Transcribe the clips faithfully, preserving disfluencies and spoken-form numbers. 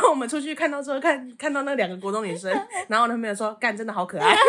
后我们出去看到之后，看看到那两个国中女生，然后我男朋友说：“干，真的好可爱。”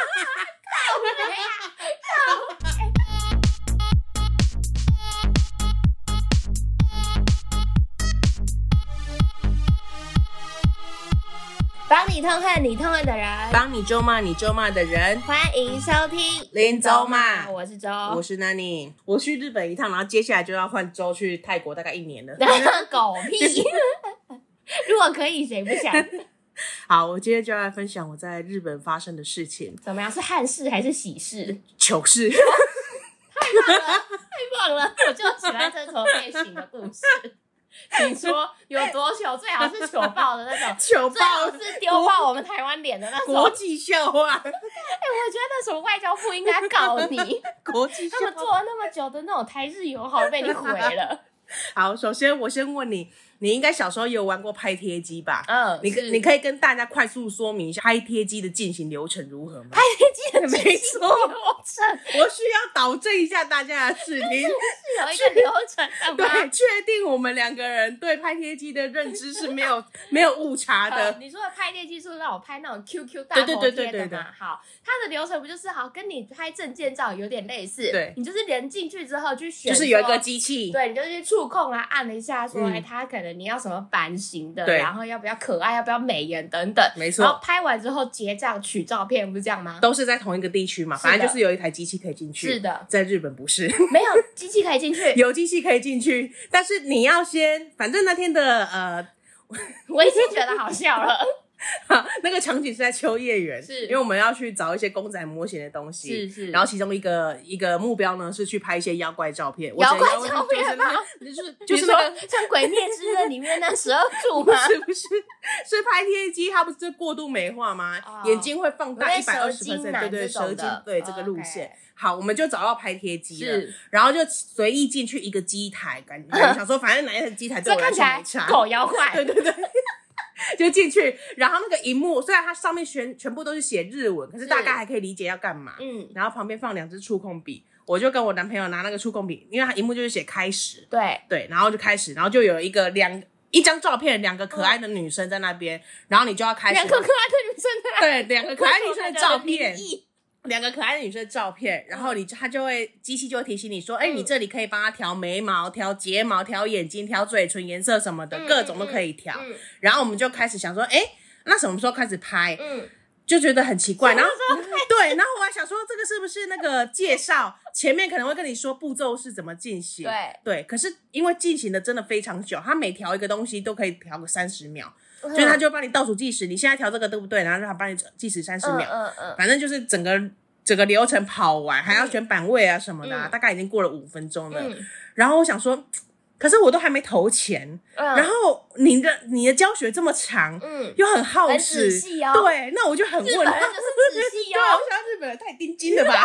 帮你痛恨你痛恨的人， 帮你咒骂你咒骂的人。 欢迎收听林州骂， 我是周， 我是 Nani。我去日本一趟，然后接下来就要换周去泰国，大概一年了。 狗屁！如果可以，谁不想？ 好，我今天就要来分享我在日本发生的事情。 怎么样？是憾事还是喜事？ 糗事。 太棒了，太棒了！我就喜欢这种类型的故事。你说有多糗？最好是糗爆的那种， 糗爆， 最好是丢爆我们台湾脸的那种国际笑话。哎、欸， 我觉得什么外交部应该告你， 国际笑话， 他们做了那么久的那种台日友好被你毁了。 好，首先我先问你，你应该小时候也有玩过拍贴机吧？ 嗯， 你你可以跟大家快速说明一下拍贴机的进行流程如何吗？ 拍贴机的没错， 流程， 我需要导正一下大家的视听， 是有一个流程的吗？ 对，确定我们两个人对拍贴机的认知是没有没有误差的。 你说的拍贴机是让我拍那种 Q Q 大头贴的嘛？ 对对对对对对好，它的流程不就是好跟你拍证件照有点类似？ 对， 你就是人进去之后去选， 就是有一个机器， 对，你就去触控啊，按了一下说，哎、嗯，它可能你要什么版型的，然后要不要可爱，要不要美颜等等， 没错。 然后拍完之后结账取照片，不是这样吗？ 都是在同一个地区嘛，反正就是有一台机器可以进去。 是的， 在日本不是， 没有机器可以进去， 有机器可以进去，但是你要先，反正那天的呃， 我已经觉得好笑了。 好，那个场景是在秋叶原， 是因为我们要去找一些公仔模型的东西， 是是。 然后其中一个一个目标呢是去拍一些妖怪照片。 妖怪照片吗？ 就是就是那个像《鬼灭之刃》里面那十二柱吗？ 是不是？是拍贴机，它不是过度美化吗？哦、眼睛会放大一百二十 percent， 对对，蛇精对、哦、这个路线。Okay. 好，我们就找到拍贴机了，然后就随意进去一个机台，感觉想说反正哪一台机台对我来说没差。 狗妖怪， 对对对。就进去，然后那个荧幕虽然它上面全全部都是写日文，可是大概还可以理解要干嘛。嗯，然后旁边放两支触控笔，我就跟我男朋友拿那个触控笔，因为它荧幕就是写开始， 对对，然后就开始，然后就有一个两一张照片，两个可爱的女生在那边，嗯、然后你就要开始两个可爱的女生在那边， 对，两个可爱女生的照片。两个可爱的女生的照片，然后你他就会机器就会提醒你说，哎、欸，你这里可以帮他调眉毛、调睫毛、调眼睛、调嘴唇颜色什么的，嗯、各种都可以调。嗯、然后我们就开始想说，哎、欸，那什么时候开始拍？嗯，就觉得很奇怪。然后对，然后我还想说，这个是不是那个介绍前面可能会跟你说步骤是怎么进行？ 对对，可是因为进行的真的非常久，他每调一个东西都可以调个三十秒。所以他就帮你倒数计时，你现在调这个对不对？然后让他帮你计时三十秒，嗯嗯嗯，反正就是整个整个流程跑完，还要选版位啊什么的、啊嗯，大概已经过了五分钟了、嗯。然后我想说，可是我都还没投钱，嗯、然后你的你的教学这么长，嗯，又很耗时， 很仔细哦， 对，那我就很问， 日本人就是仔细哦， 对，我想日本人太盯紧了吧，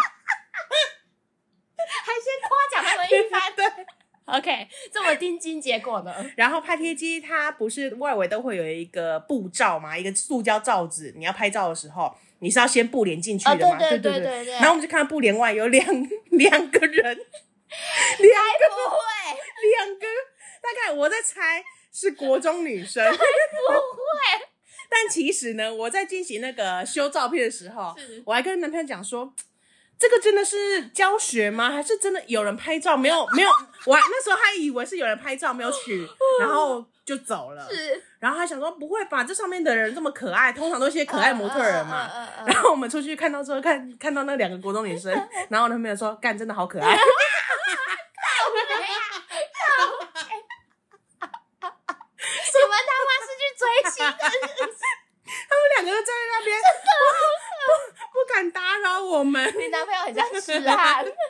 还先夸奖他们一番， 对。 OK， 这么盯紧，结果呢？ 然后拍贴机它不是外围都会有一个布罩嘛，一个塑胶罩子，你要拍照的时候，你是要先布帘进去的嘛？ 哦、对对对对对 对, 对。 然后我们就看到布帘外有两两个人，两个不会， 两个，大概我在猜是国中女生， 不会。 但其实呢，我在进行那个修照片的时候，我还跟男朋友讲说。这个真的是教学吗？还是真的有人拍照没有没有？我那时候还以为是有人拍照没有取，然后就走了。 是， 然后还想说不会吧，这上面的人这么可爱，通常都是些可爱模特人嘛。Uh, uh, uh, uh, uh. 然后我们出去看到之后，看看到那两个国中女生，然后我男朋友说：“干，真的好可爱。”什么他妈是去追星的？ 他们两个都站在那边，不不不敢打扰我们。 你男朋友很像痴汉，真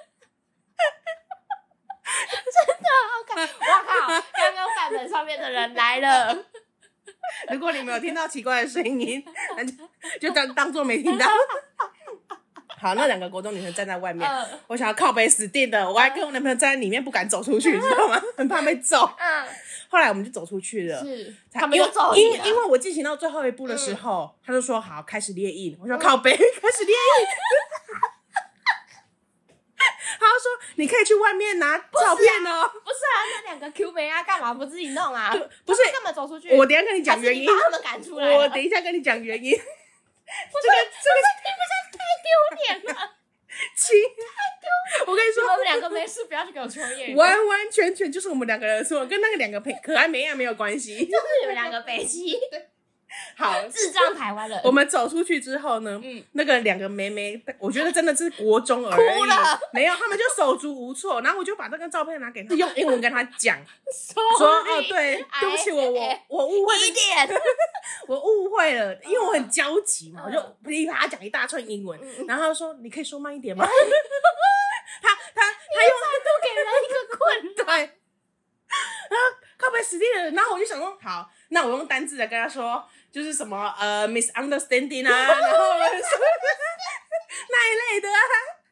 的好可爱！哇靠！刚刚范本上面的人来了。 如果你没有听到奇怪的声音，那就就当当做没听到。好，那两个国中女生站在外面，呃、我想要靠北死定的，我还跟我男朋友站在里面不敢走出去，你知道吗？很怕被揍。嗯。后来我们就走出去了， 是他们又走因为因为我进行到最后一步的时候，嗯、他就说好开始列印，我说靠北、嗯、开始列印。 他说你可以去外面拿照片哦。 不是啊，那两个 Q 妹啊，干嘛不自己弄啊？ 不是干嘛走出去？ 我等一下跟你讲原因， 把他们赶出来。 我等一下跟你讲原因。这个这个听不下太丢脸了。 亲，我跟你说， 我们两个没事，不要去给我抽烟。 完完全全就是我们两个人的错，跟那个两个可爱美亚没有关系， 就是你们两个北七。 好， 智障台湾人。 我们走出去之后呢，嗯，那个两个妹妹，我觉得真的是国中而已， 哭了， 没有，他们就手足无措。然后我就把这张照片拿给他，用英文跟他讲，说哦，对，对不起，我我我误会一点， 我误会了，因为我很焦急嘛，我就噼啪讲一大串英文，然后他说你可以说慢一点吗？他他他又再度给人一个困对，然后靠北死定了，然后我就想说，好，那我用单字来跟他说。就是什么呃 misunderstanding 啊，然后那一类的啊，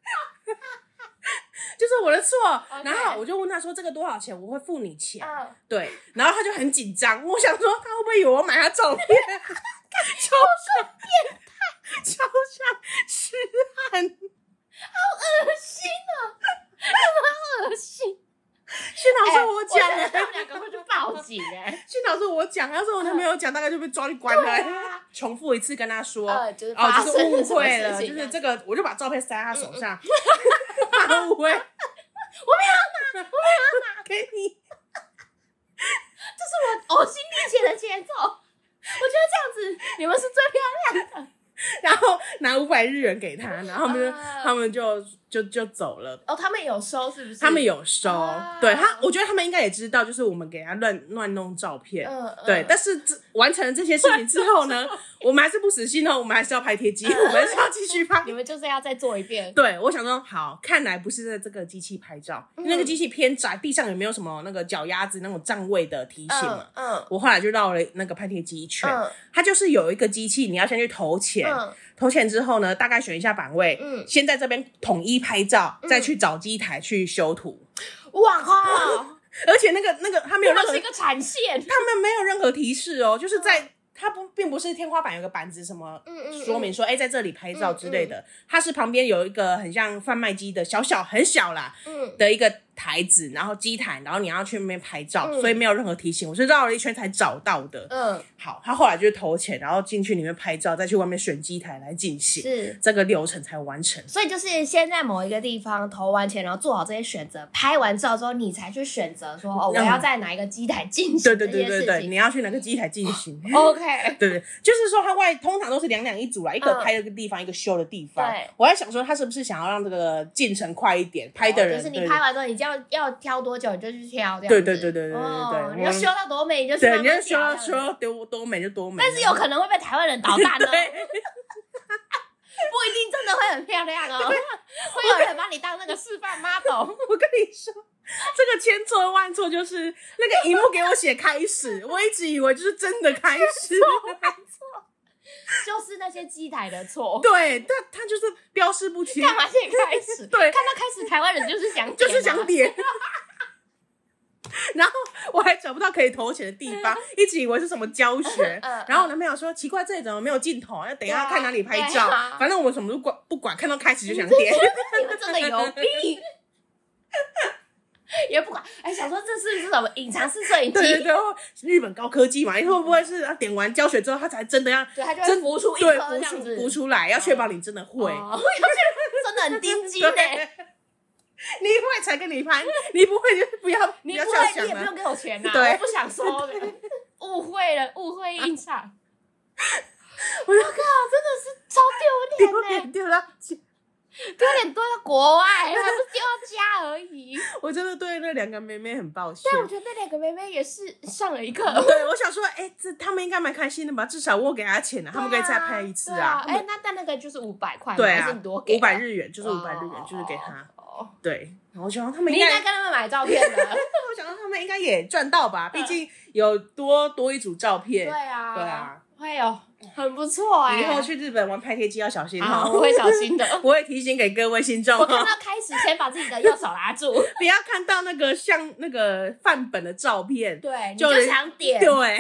就是我的错。Okay. 然后我就问他说这个多少钱，我会付你钱。Uh. 对，然后他就很紧张，我想说他会不会以为我买他照片？超像变态，超像痴汉， 好恶心啊！好恶心。 幸好是我讲的， 他们两个会去报警哎！ 幸好是我讲，要是我男朋友讲，大概就被抓去关了。啊、重复一次跟他说， 呃，就是哦，就是误会了，就是这个，我就把照片塞在他手上，他误会，我没有拿，我没有拿， 给你， 这是我呕心沥血的节奏。我觉得这样子你们是最漂亮的。 然后拿五百日元给他，然后他们就、uh, 他们就就就走了。 哦，他们有收是不是？ 他们有收， uh, 对他，我觉得他们应该也知道，就是我们给他乱乱弄照片，嗯、uh, uh, 对。但是完成了这些事情之后呢，我们还是不死心哦，我们还是要拍贴机， uh, 我们是要继续拍。 你们就是要再做一遍。 对，我想说，好，看来不是在这个机器拍照，嗯、那个机器偏窄，地上有没有什么那个脚丫子那种占位的提醒嘛？嗯，嗯我后来就绕了那个拍贴机一圈，嗯、它就是有一个机器，你要先去投钱。嗯投钱之后呢，大概选一下版位，嗯，先在这边统一拍照，嗯、再去找机台去修图。 哇靠！ 而且那个那个他没有任何是一个产线， 他们没有任何提示哦，就是在。嗯它不并不是天花板有个板子什么说明说哎、嗯嗯嗯欸、在这里拍照之类的，嗯嗯它是旁边有一个很像贩卖机的小小很小啦、嗯、的一个台子，然后机台，然后你要去那边拍照、嗯、所以没有任何提醒，我是绕了一圈才找到的。嗯，好，他后来就是投钱，然后进去里面拍照，再去外面选机台来进行，是这个流程才完成。 所以就是先在某一个地方投完钱，然后做好这些选择，拍完照之后你才去选择说哦，我要在哪一个机台进行这些事情。对对对对对， 你要去哪个机台进行。 OK。 对对，就是说它外通常都是两两一组啦，一个拍的地方、嗯、一个修的地方。对，我在想说他是不是想要让这个进程快一点，拍的人、 哦、就是你拍完之后，你就要要挑多久你就去挑这样子。 对对对对对对对、 哦，你要修到多美你就对，你要修到修到多多美就多美。 但是有可能会被台湾人捣蛋哦。不一定真的会很漂亮哦，会有人把你当那个示范 model。 我跟你说，这个千错万错就是那个荧幕给我写开始，我一直以为就是真的开始， 没错，就是那些机台的错。 对，但他就是标示不清， 干嘛写开始？ 对， 看到开始，台湾人就是想点、啊， 就是想点。然后我还找不到可以投钱的地方，一直以为是什么教学。然后我男朋友说奇怪，这里怎么没有镜头？要等一下看哪里拍照。啊、反正我们什么都管不管，看到开始就想点。 你们真的有病！也不管，哎，想说这是不是什么隐藏式摄影机？ 对对对，日本高科技嘛，会不会是点完教学之后，他才真的要对，他就会浮出一颗这样子， 浮出来，要确保你真的会， 哦、真的很钉钉哎。 你会才跟你拍，你不会就不要， 你不会你也不用给我钱呐、啊，我不想收的。误会了，误会一场。我靠，真的是超丢脸嘞， 丢到丢脸丢到国外，还不是丢到家而已。 我真的对那两个妹妹很抱歉， 但我觉得那两个妹妹也是上了一课。 对，我想说，哎、欸，这他们应该蛮开心的吧？至少我给他钱了、啊，他们可以再拍一次啊。 哎、啊欸，那但那个就是五百块， 对啊， 还是你多给？ 五百日元，就是五百日元，就是给他。对，然后我想他们应该，你应该跟他们买照片的。 我想他们应该也赚到吧，毕竟有多多一组照片。 对啊， 对啊， 会有很不错哎、欸。 以后去日本玩拍贴机要小心哦、啊，我会小心的， 我会提醒给各位信众。 我看到开始先把自己的右手拿住， 不要看到那个像那个范本的照片， 对，你就想点， 对，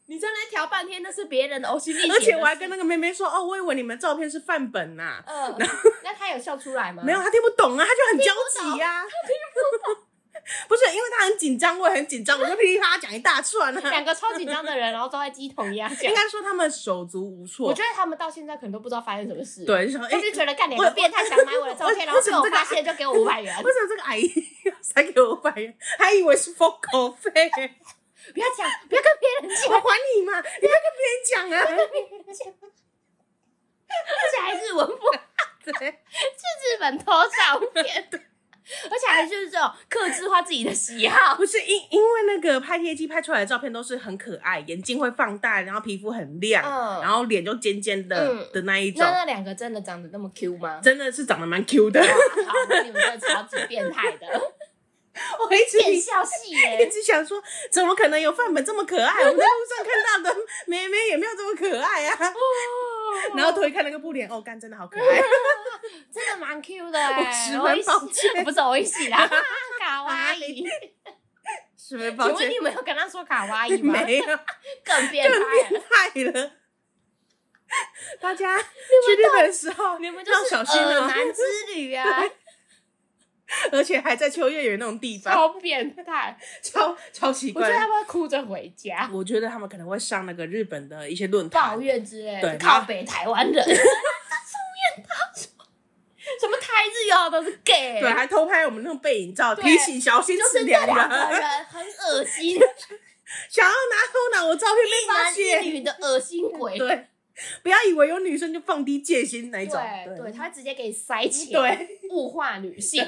你在那调半天，那是别人的呕心沥血的事。 而且我还跟那个妹妹说，哦，我以为你们照片是范本呐、啊。 嗯、呃，那她有笑出来吗？ 没有，她听不懂啊，她就很焦急呀、啊。 她听不懂。 不是，因为她很紧张，我也很紧张，我就噼里啪啦讲一大串啊。 两个超紧张的人，然后都在鸡同鸭讲。 应该说他们手足无措。 我觉得他们到现在可能都不知道发生什么事。 对，就想他就觉得干两个变态想买我的照片，然后被我发现就给我五百元。 为什么这个阿姨才给我五百元？还以为是封口费。 不要讲，不要跟别人讲， 我还你嘛！你不要跟别人讲啊！ 不要跟别人讲，而且还日文不好， 对， 去日本偷照片，对，而且还就是这种客制化自己的喜好。 不是因因为那个拍贴机拍出来的照片都是很可爱，眼睛会放大，然后皮肤很亮，嗯、然后脸就尖尖的、嗯、的那一种。 那那两个真的长得那么 Q 吗？ 真的是长得蛮 Q 的。 好，那你们真的超级变态的。 我一直变笑戏耶， 一直想说，怎么可能有范本这么可爱？我们在路上看到的妹妹也没有这么可爱啊。哦、然后推开那个布帘，哦，干真的好可爱， 真的蛮 Q 的哎， 我十分抱歉， 不是我一起啦，卡哇伊， 十分抱歉。 请问你们有跟他说卡哇伊吗？ 没有， 更变态了， 更变态了。大家去日本的时候， 你们就是要小心哦， 男之旅啊。 而且还在秋叶原那种地方， 超变态， 超超奇怪。 我觉得他们会哭着回家。 我觉得他们可能会上那个日本的一些论坛抱怨之类的， 对， 靠北台湾人。上面他说什么台日友都是 gay， 对，还偷拍我们那种背影照，提醒小心就是两个人很恶心， 想要拿偷拿我照片被发现， 一男一女的恶心鬼。 对。不要以为有女生就放低戒心那一种， 对 对, 对，他会直接给你塞钱， 对， 物化女性。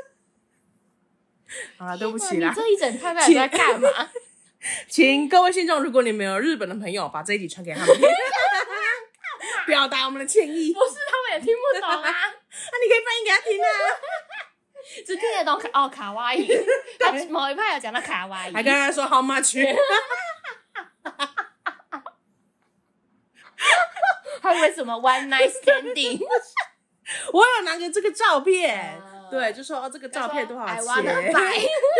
好了，对不起啦， 你这一整套到底在干嘛？ 请各位信众，如果你们有日本的朋友，把这一集传给他们听，表达我们的歉意。 不是，他们也听不懂啊。 那你可以翻译给他听啊， 只听得懂哦卡哇伊。他某一派有讲到卡哇伊， 还跟他说 how much。 还以为什么 one night standing。 我有拿个这个照片，呃、对，就说哦，这个照片多少钱？我的妈，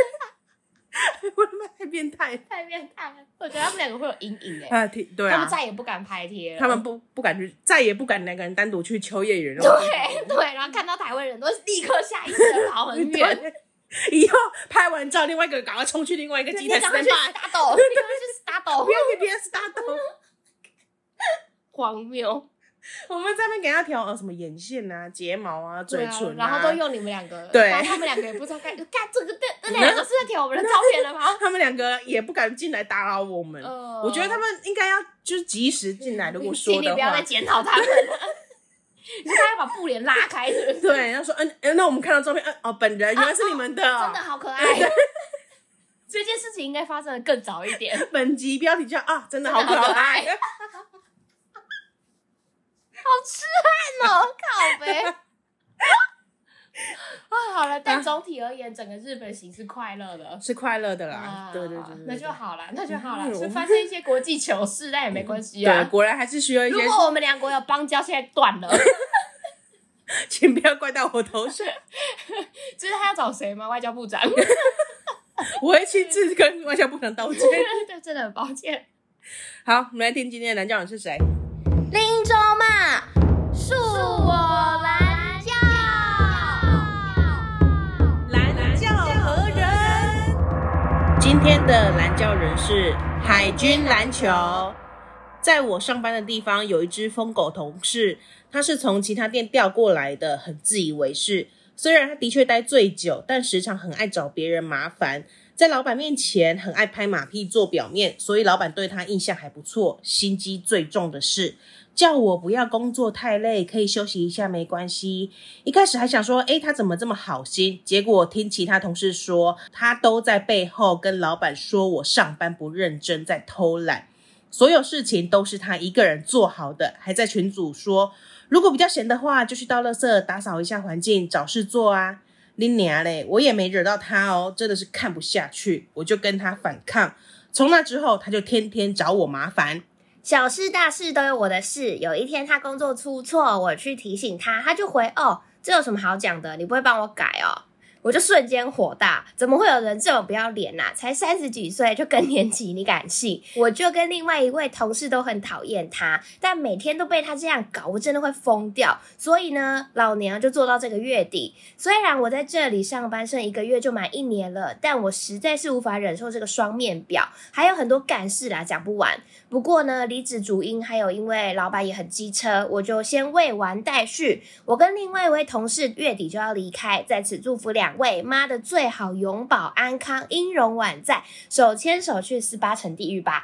太变态， 太变态了！我觉得他们两个会有阴影哎、啊，对啊， 他们再也不敢拍贴了， 他们不不敢去，再也不敢两个人单独去秋叶原。 对对，然后看到台湾人都立刻下意识的跑很远。 以后拍完照，另外一个人赶快冲去另外一个机台 stand by， 打斗，你赶快去打斗， 不要给别人打斗。 荒谬！ 我们在那边给他调呃什么眼线啊、睫毛啊、嘴唇啊， 然后都用你们两个， 对， 然后他们两个也不知道该干这个，这两个是在调我们的照片了吗？ 他们两个也不敢进来打扰我们。呃、我觉得他们应该要就是及时进来，如果说的话， 请你不要再检讨他们了。你说他要把布帘拉开是不是？ 对，他说嗯、呃，那我们看到照片，嗯、呃、哦，本人原来是你们的， 啊哦、真的好可爱。这件事情应该发生的更早一点。 本集标题叫啊，真的好可爱。 好痴汉哦，靠北！啊，好了，但总体而言，整个日本行是快乐的， 是快乐的啦。 啊、 对对 对, 对, 对， 那就好了，那就好了。是、嗯、发生一些国际糗事，但也没关系啊。 对，果然还是需要一些。 如果我们两国有邦交，现在断了， 请不要怪到我头上。 知道他要找谁吗？外交部长。 我会亲自跟外交部长道歉。 对，真的很抱歉。 好，我们来听今天的蓝教人是谁。 林州嘛，恕我蓝教， 蓝教何人？今天的蓝教人是海军篮球。在我上班的地方有一只疯狗同事，他是从其他店调过来的，很自以为是。虽然他的确待最久，但时常很爱找别人麻烦，在老板面前很爱拍马屁做表面，所以老板对他印象还不错。心机最重的是叫我不要工作太累，可以休息一下没关系。一开始还想说诶他怎么这么好心，结果听其他同事说他都在背后跟老板说我上班不认真，在偷懒，所有事情都是他一个人做好的，还在群组说如果比较闲的话就去倒垃圾打扫一下环境找事做啊。拎娘嘞，我也没惹到他哦，真的是看不下去，我就跟他反抗。从那之后他就天天找我麻烦， 小事大事都有我的事。有一天他工作出错，我去提醒他，他就回哦，这有什么好讲的，你不会帮我改哦。 我就瞬间火大，怎么会有人这么不要脸啊？才三十几岁就更年期，你敢信？我就跟另外一位同事都很讨厌他，但每天都被他这样搞，我真的会疯掉。所以呢，老娘就做到这个月底。虽然我在这里上班剩一个月就满一年了，但我实在是无法忍受这个双面表，还有很多干事啦，讲不完。不过呢，离职主因还有因为老板也很机车，我就先未完待续。我跟另外一位同事月底就要离开，在此祝福两位妈的最好永保安康，音容宛在，手牵手去十八层地狱吧。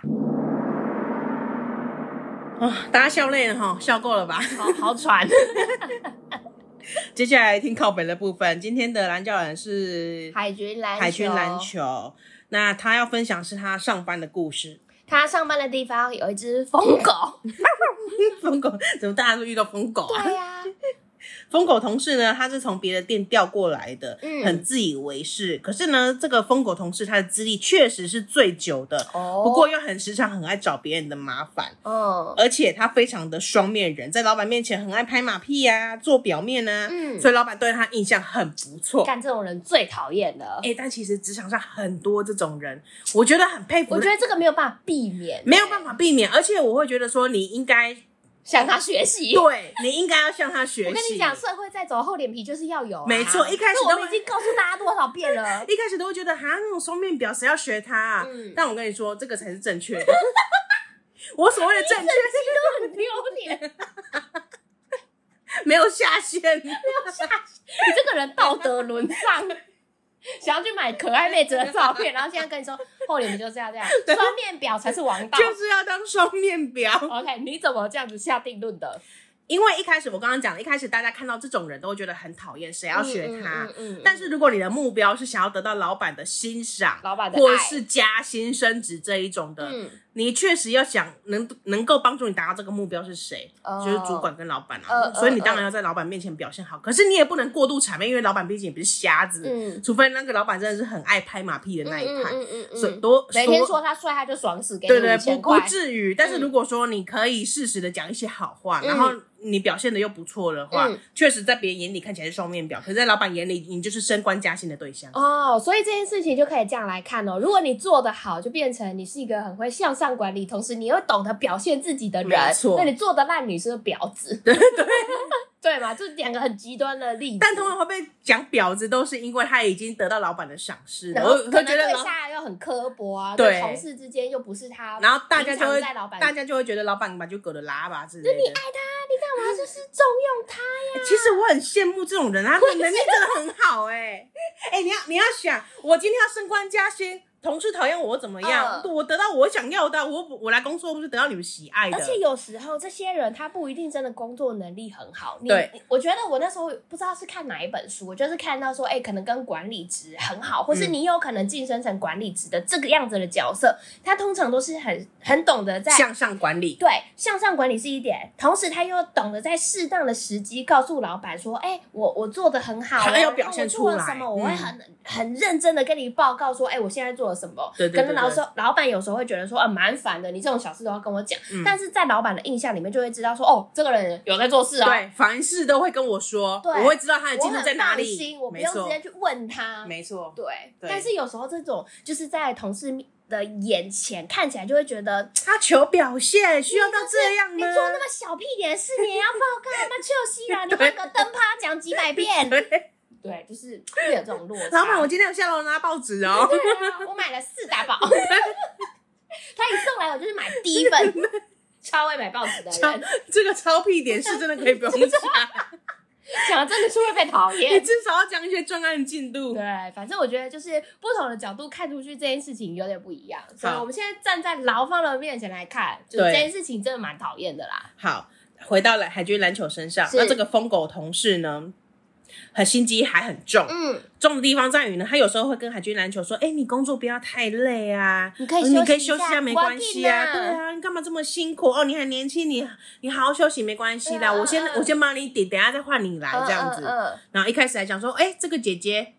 哦，大家笑累了齁，笑够了吧？ 好好喘。 接下来听靠北的部分，今天的蓝教人是海军篮球。 海军篮球，那他要分享是他上班的故事。 他上班的地方有一只疯狗。 疯狗？怎么大家都遇到疯狗啊？ 对啊。 疯狗同事呢，他是从别的店调过来的， 嗯， 很自以为是。可是呢，这个疯狗同事他的资历确实是最久的， 哦， 不过又很时常很爱找别人的麻烦， 哦， 而且他非常的双面人，在老板面前很爱拍马屁啊，做表面啊， 嗯， 所以老板对他印象很不错。 干这种人最讨厌了。 哎、欸，但其实职场上很多这种人，我觉得很佩服。 我觉得这个没有办法避免， 没有办法避免，而且我会觉得说，你应该向他学习， 对，你应该要向他学习。 我跟你讲，社会在走，厚脸皮就是要有、啊。 没错，一开始都我们已经告诉大家多少遍了， 一开始都会觉得哈那种双面表谁要学他啊？嗯，但我跟你说，这个才是正确的。我所谓的正确， 都很丢脸， 没有下限，没有下限，你这个人道德沦丧。想要去买可爱妹子的照片，然后现在跟你说厚脸皮就是要这样，双面表才是王道， 就是要当双面表。 OK， 你怎么这样子下定论的？ 因为一开始我刚刚讲的，一开始大家看到这种人都会觉得很讨厌，谁要学他？ 嗯嗯嗯嗯、 但是如果你的目标是想要得到老板的欣赏， 老板的爱， 或是加薪升职这一种的，嗯、你确实要想能能够帮助你达到这个目标是谁，哦、就是主管跟老板啊。呃、所以你当然要在老板面前表现好，呃、可是你也不能过度谄媚，因为老板毕竟也不是瞎子，嗯、除非那个老板真的是很爱拍马屁的那一派，嗯嗯嗯嗯、所以多每天说他帅他就爽死，给你对对， 不不至于。但是如果说你可以适时的讲一些好话，嗯、然后你表现的又不错的话，嗯、确实在别人眼里看起来是双面表，可是在老板眼里你就是升官加薪的对象哦。所以这件事情就可以这样来看哦，如果你做得好，就变成你是一个很会向上管理，同时你又懂得表现自己的人。 没错， 那你做得烂，你是个婊子。 对对对嘛，这两个很极端的例子。 但通常会被讲婊子，都是因为他已经得到老板的赏识， 然后可能对下又很刻薄啊，对同事之间又不是他， 然后大家就会在老板大家就会觉得老板把就狗的拉吧之类的。就你爱他，你干嘛就是重用他呀？ 其实我很羡慕这种人，他的能力真的很好哎、欸。哎、欸，你要你要想，我今天要升官加薪。同事讨厌我怎么样？呃、我得到我想要的，我我来工作不是得到你们喜爱的。 而且有时候这些人他不一定真的工作能力很好。 对， 我觉得我那时候不知道是看哪一本书，我就是看到说，哎、欸，可能跟管理职很好，或是你有可能晋升成管理职的这个样子的角色，嗯、他通常都是很很懂得在向上管理。 对，向上管理是一点，同时他又懂得在适当的时机告诉老板说，哎、欸，我我做的很好， 他要表现出来， 我做了什么，我会很、嗯、很认真的跟你报告说，哎、欸，我现在做了什么。 对对对。 可能老师老板有时候会觉得说，啊，蛮烦的，你这种小事都要跟我讲。嗯、但是在老板的印象里面，就会知道说，哦，这个人有在做事哦。 对，凡事都会跟我说，我会知道他的进度在哪里。 我不用直接去问他。 没错， 对。对但是有时候这种就是在同事的眼前看起来就会觉得他求表现，需要到这样吗？ 你做那么小屁点事，你也要报告吗？臭西啦，你换个灯趴讲几百遍。 对。 对，就是会有这种落差。 老板，我今天有下楼拿报纸哦。 对啊，我买了四大包。他一送来，我就是买第一份。超会买报纸的人， 这个超屁点是真的可以不用讲。 讲真的是会被讨厌。 你至少要讲一些专案进度。 对，反正我觉得就是不同的角度看出去这件事情有点不一样。所以我们现在站在劳方的面前来看，就这件事情真的蛮讨厌的啦。 好，回到了海军篮球身上，那这个疯狗同事呢？很心机还很重，嗯，重的地方在于呢，他有时候会跟海军篮球说：“哎、欸，你工作不要太累啊， 你可以你可以休息一下，没关系啊，对啊，你干嘛这么辛苦？哦，你还年轻，你你好好休息没关系的，我先我先帮你顶，等一下再换你来这样子。”然后一开始还讲说：“哎、欸，这个姐姐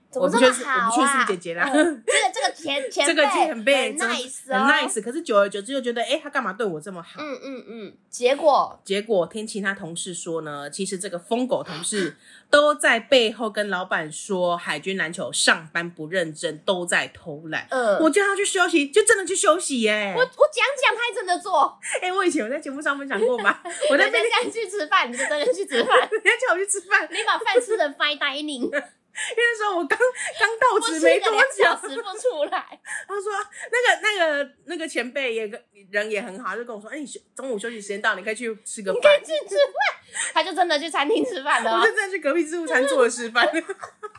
怎么这么好啊？ 我不确定是姐姐啦。 嗯、这个这个前前辈， 这个前辈很 nice，、 哦、很 nice。可是久而久之又觉得，哎、欸，他干嘛对我这么好？ 嗯嗯嗯。结果结果听其他同事说呢，其实这个疯狗同事都在背后跟老板说，海军篮球上班不认真，都在偷懒。嗯，我叫他去休息，就真的去休息耶、欸。 我我讲讲，他还真的做。 哎、欸，我以前有在节目上分享过吗？我在人家叫你去吃饭，你就真的去吃饭。 人家叫我去吃饭， 你把饭吃的 fine dining。 因为那时候我刚刚到职没多久， 小时不出来。 他说那个那个那个前辈也人也很好，就跟我说，哎、欸，中午休息时间到，你可以去吃个饭。 你可以去吃饭，他就真的去餐厅吃饭了、哦。 我就真的去隔壁自助餐做了示范。 真的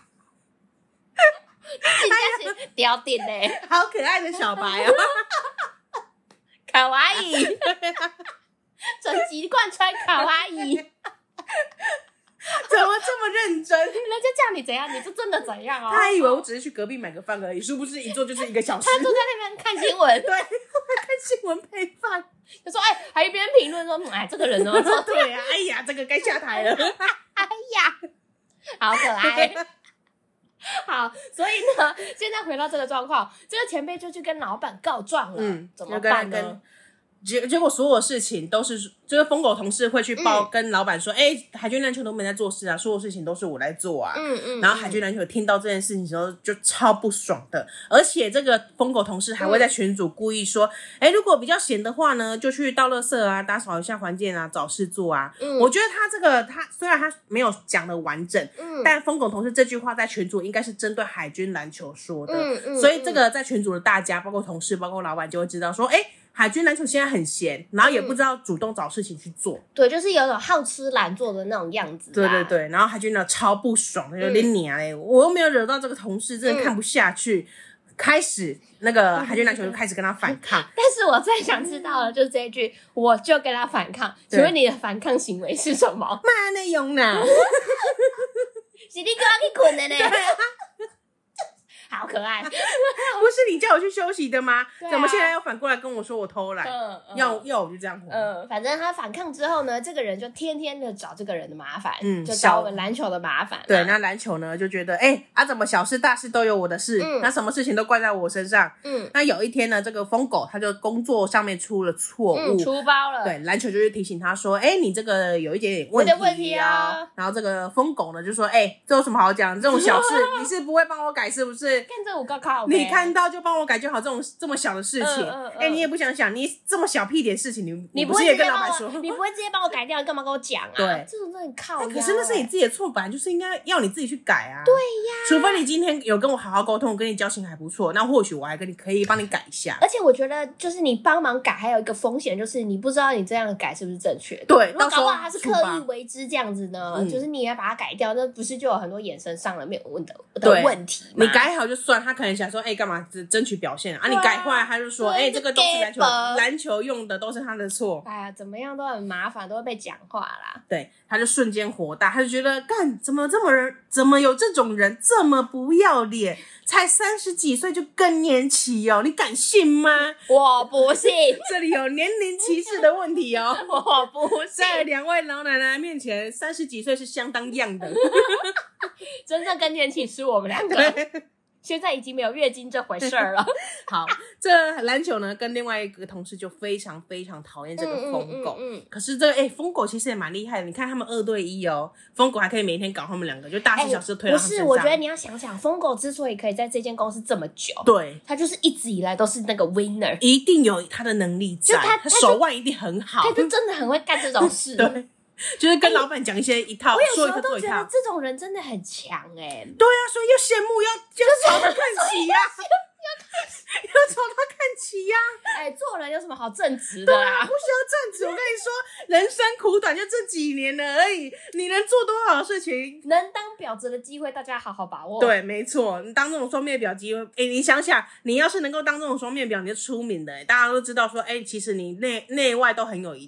是屌点嘞， 好可爱的小白哦， 卡哇伊，整集贯穿卡哇伊。 怎么这么认真？人家叫你怎样，你就真的怎样哦。 他还以为我只是去隔壁买个饭而已，殊不知一坐就是一个小时。 他坐在那边看新闻， 对，看新闻配饭。 他说：“哎，还一边评论说，哎，这个人怎么做？ 对啊，哎呀，这个该下台了。 哎呀，好可爱。好，所以呢，现在回到这个状况，这个前辈就去跟老板告状了，嗯，怎么办呢？” 结结果所有事情都是，就是疯狗同事会去报、嗯、跟老板说，哎、欸，海军篮球都没在做事啊，所有事情都是我来做啊。嗯嗯。然后海军篮球听到这件事情的时候就超不爽的，而且这个疯狗同事还会在群组故意说，哎、嗯欸，如果比较闲的话呢，就去倒垃圾啊，打扫一下环境啊，找事做啊。嗯。我觉得他这个他虽然他没有讲的完整，嗯，但疯狗同事这句话在群组应该是针对海军篮球说的，嗯嗯。所以这个在群组的大家，包括同事，包括老板就会知道说，哎、欸。海军篮球现在很闲，然后也不知道主动找事情去做，嗯、 对，就是有种好吃懒做的那种样子。 对对对，然后海军呢超不爽，有点娘嘞，我又没有惹到这个同事，真的看不下去，嗯、开始那个海军篮球就开始跟他反抗。 但是我最想知道的就是这一句，我就跟他反抗。请问你的反抗行为是什么？ 骂内容呢？ 是你叫我去困的呢？好可爱，不是你叫我去休息的吗？啊、怎么现在又反过来跟我说我偷懒？嗯嗯、要要我就这样活。 嗯，反正他反抗之后呢，这个人就天天的找这个人的麻烦，嗯，就找我们篮球的麻烦。 对，那篮球呢就觉得，哎、欸，啊，怎么小事大事都有我的事？嗯，那什么事情都怪在我身上。嗯，那有一天呢，这个疯狗他就工作上面出了错误， 嗯，出包了。 对，篮球就去提醒他说，哎、欸，你这个有一点点问题、喔、 问题啊。 然后这个疯狗呢就说，哎、欸，这有什么好讲？这种小事你是不会帮我改是不是？ 看这我高考， 你看到就帮我改就好，这种这么小的事情，哎、嗯嗯嗯欸，你也不想想，你这么小屁点事情，你你不是也跟老板说， 你不会直接帮我改掉，你干嘛跟我讲啊？ 对， 这种真的很靠腰、欸。 可是那是你自己的错，本来就是应该要你自己去改啊。 对呀， 除非你今天有跟我好好沟通，我跟你交情还不错，那或许我还跟你可以帮你改一下。 而且我觉得，就是你帮忙改，还有一个风险，就是你不知道你这样改是不是正确的。 对， 如果搞不好他是刻意为之这样子呢，嗯、就是你也把它改掉，那不是就有很多衍生上了没有问的的问题吗？ 你改好就算，他可能想说，哎、欸，干嘛争取表现啊？啊你改坏，他就说，哎、欸，这个都是篮球篮球用的，都是他的错。 哎呀，怎么样都很麻烦，都会被讲话啦。 对，他就瞬间火大，他就觉得，干怎么这么人，怎么有这种人这么不要脸？才三十几岁就更年期哦，你敢信吗？ 我不信， 这里有年龄歧视的问题哦。 我不信， 在两位老奶奶面前，三十几岁是相当样的。 真正更年期是我们两个。现在已经没有月经这回事儿了。 好，这篮球呢，跟另外一个同事就非常非常讨厌这个疯狗。嗯嗯嗯嗯、可是这个哎，疯狗其实也蛮厉害的。你看他们二对一哦，疯狗还可以每天搞他们两个，就大事小事推到他们身上。 不是，我觉得你要想想，疯狗之所以可以在这间公司这么久， 对， 他就是一直以来都是那个 winner， 一定有他的能力在， 就他他手腕一定很好， 他就真的很会干这种事。 对。就是跟老板讲一些一套， 我有时候都觉得这种人真的很强哎、欸。 对啊，所以要羡慕，要要朝他看齐呀、啊，要朝他看齐呀、啊。 哎、欸，做人有什么好正直的啊？ 不需要正直。我跟你说，人生苦短，就这几年了而已。你能做多少事情？ 能当婊子的机会，大家好好把握。 对，没错，你当这种双面婊机会，哎、欸，你想想，你要是能够当这种双面婊，你就出名的、欸，大家都知道说，哎、欸，其实你内内外都很有一套。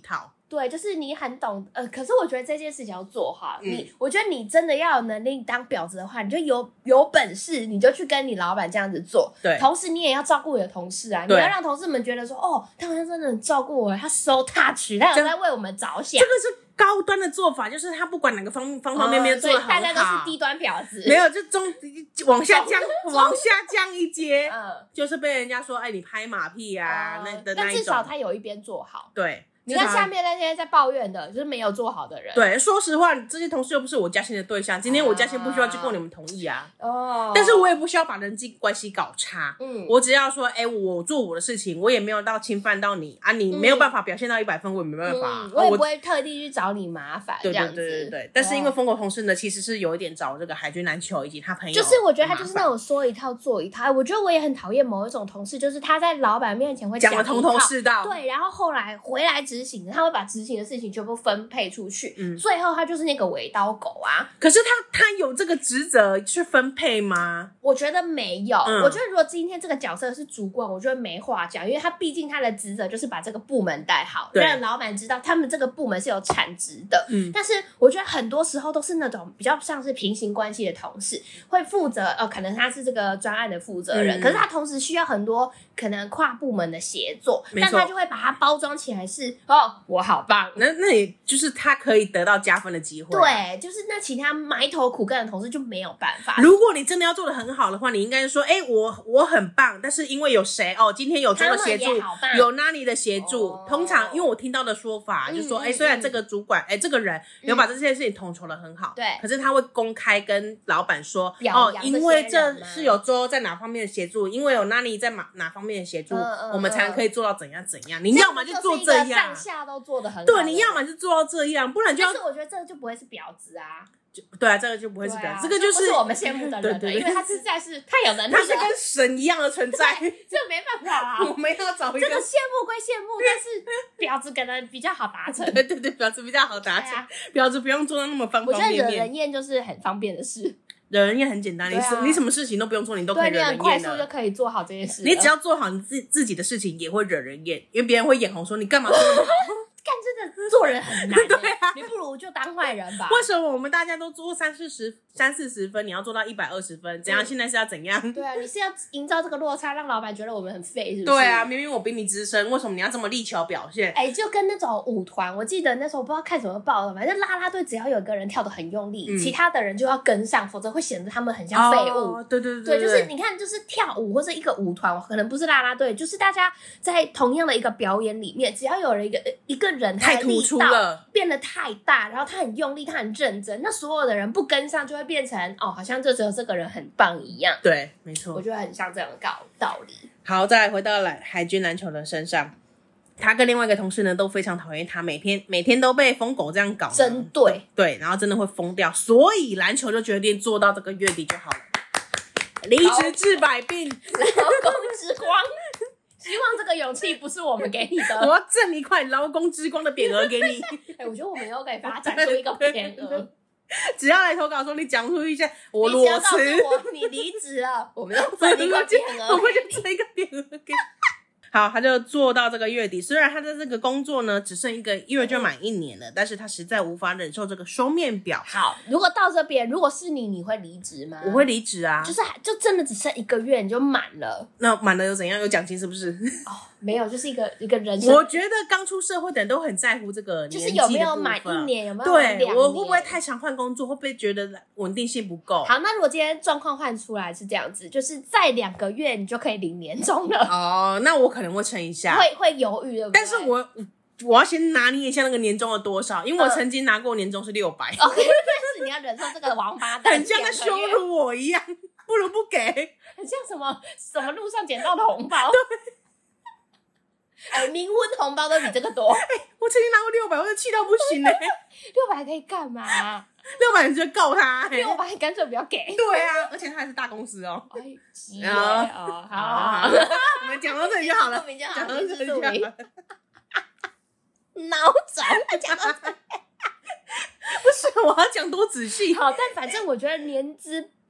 对，就是你很懂，呃，可是我觉得这件事情要做好。 嗯、 你，我觉得你真的要有能力当婊子的话，你就有有本事，你就去跟你老板这样子做。 对， 同时你也要照顾你的同事啊，你要让同事们觉得说，哦，他好像真的很照顾我，他 so touch， 他有在为我们着想。 这个是高端的做法，就是他不管哪个方方方面面做得很好， 大家都是低端婊子。 没有，就中往下降，往下降一阶，嗯，就是被人家说，哎，你拍马屁啊，那的那一种。 但至少他有一边做好。 对。 你看下面那些在抱怨的，就是没有做好的人。 对，说实话，这些同事又不是我加薪的对象，今天我加薪不需要经过你们同意啊。 哦。 但是我也不需要把人际关系搞差。嗯。我只要说，哎、欸，我做我的事情，我也没有到侵犯到你啊，你没有办法表现到一百分，我也没办法、啊嗯。我也不会特地去找你麻烦。 对对对对对。但是因为疯狗同事呢，其实是有一点找这个海军篮球以及他朋友， 就是我觉得他就是那种说一套做一套。我觉得我也很讨厌某一种同事，就是他在老板面前会讲的头头是道， 对，然后后来回来执行，他会把执行的事情全部分配出去，嗯，最后他就是那个尾刀狗啊。 可是他他有这个职责去分配吗？ 我觉得没有、嗯、我觉得如果今天这个角色是主管，我觉得没话讲，因为他毕竟他的职责就是把这个部门带好，让老板知道他们这个部门是有产值的。嗯，但是我觉得很多时候都是那种比较像是平行关系的同事，会负责呃，可能他是这个专案的负责人、嗯、可是他同时需要很多可能跨部门的协作，但他就会把它包装起来是哦，我好棒， 那那也就是他可以得到加分的机会、 啊、对，就是那其他埋头苦干的同事就没有办法。 如果你真的要做得很好的话，你应该说哎、欸，我我很棒，但是因为有谁哦，今天有这个协助，有 Nani 的协助、哦、通常因为我听到的说法、嗯、就是说哎、欸，虽然这个主管哎、欸，这个人有把这件事情统筹得很好、嗯、对，可是他会公开跟老板说哦，因为这是有周在哪方面的协助，因为有 Nani 在哪哪方面的协助、嗯嗯、我们才可以做到怎样怎样。你要么就做这样， 上下都做得很好， 对，你要么就做到这样，不然就要。 但是我觉得这个就不会是婊子啊。 就对啊，这个就不会是婊子、啊，这个就是我们羡慕的人的，对对对，因为他实在是太有能力了， 他是跟神一样的存在， 这没办法啊。 我们要找一个这个羡慕归羡慕，但是婊子可能比较好达成。 对对对，婊子比较好达成，婊、啊、子不用做到那么方方面面。 我觉得惹人厌就是很方便的事。 惹人厌很简单，你、啊、你什么事情都不用做，你都可以惹人厌的。 对，你很快速就可以做好这件事。 你只要做好你自自己的事情，也会惹人厌，因为别人会眼红说你干嘛做那么好。 干真的做人很难、欸， 对啊， 你不如就当坏人吧。 为什么我们大家都做三四十、三四十分，你要做到一百二十分？怎样？嗯、现在是要怎样？ 对啊，你是要营造这个落差，让老板觉得我们很废，是不是？ 对啊，明明我比你资深，为什么你要这么力求表现？ 哎、欸，就跟那种舞团，我记得那时候我不知道看什么报了，反正啦啦队只要有一个人跳得很用力、嗯，其他的人就要跟上，否则会显得他们很像废物、 哦。对对 对, 对，对，就是你看，就是跳舞或是一个舞团，可能不是啦啦队，就是大家在同样的一个表演里面，只要有了一个一个人太突出了， 变得太大，然后他很用力，他很认真，那所有的人不跟上，就会变成哦，好像就只有这个人很棒一样。 对，没错， 我觉得很像这样的道理。 好，再来回到来海军篮球的身上，他跟另外一个同事呢都非常讨厌他，每天每天都被疯狗这样搞针对， 对，然后真的会疯掉，所以篮球就决定做到这个月底就好了，离职治百病， 劳工之光。希望这个勇气不是我们给你的， 我要赠一块劳工之光的匾额给你。 哎、欸，我觉得我们以后可以发展出一个匾额， 只要来投稿说你讲出一些我裸辞， 你离职了，我们就赠一个匾额， 我们就赠一个匾额给你。好，他就做到这个月底。虽然他的这个工作呢只剩一个月就满一年了，但是他实在无法忍受这个双面表。 好，如果到这边，如果是你，你会离职吗？ 我会离职啊， 就是就真的只剩一个月你就满了。 那满了又怎样？有奖金是不是？ 哦，没有，就是一个一个人生。 我觉得刚出社会的人都很在乎这个年纪的部分， 就是有没有满一年，有没有满两年？ 对，我会不会太常换工作？会不会觉得稳定性不够？ 好，那如果今天状况换出来是这样子，就是再两个月你就可以领年终了。 哦，那我可能会撑一下。 会会犹豫，对不对？ 但是我我要先拿捏一下那个年终的多少，因为我曾经拿过年终是六百。 哦，但是你要忍受这个王八蛋， 很像在羞辱我一样，不如不给， 很像什么什么路上捡到的红包。对，哎、欸，冥婚红包都比这个多。哎、 欸，我曾经拿过六百，我就气到不行哎、欸。 六百可以干嘛？ 六百你就告他、欸， 六百干脆不要给。 对啊，而且他还是大公司哦。 哎，急耶哦，好好好， 我们讲到这里就好了， 讲到这里就好了。 脑肿，讲到这里， 不是我要讲多仔细。 好，但反正我觉得年资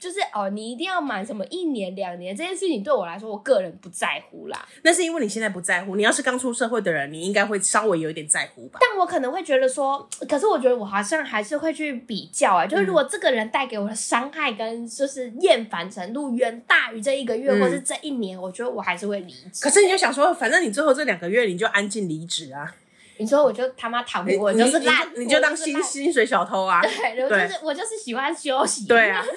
就是哦，你一定要满什么一年两年这件事情，对我来说，我个人不在乎啦。 那是因为你现在不在乎，你要是刚出社会的人，你应该会稍微有一点在乎吧。 但我可能会觉得说，可是我觉得我好像还是会去比较啊、欸，就是如果这个人带给我的伤害跟就是厌烦程度远大于这一个月、嗯、或是这一年，我觉得我还是会离职。 可是你就想说，反正你最后这两个月你就安静离职啊。你说我就他妈躺平，我就是烂， 你就当薪薪水小偷啊。 对，我就是我就是喜欢休息。 对啊。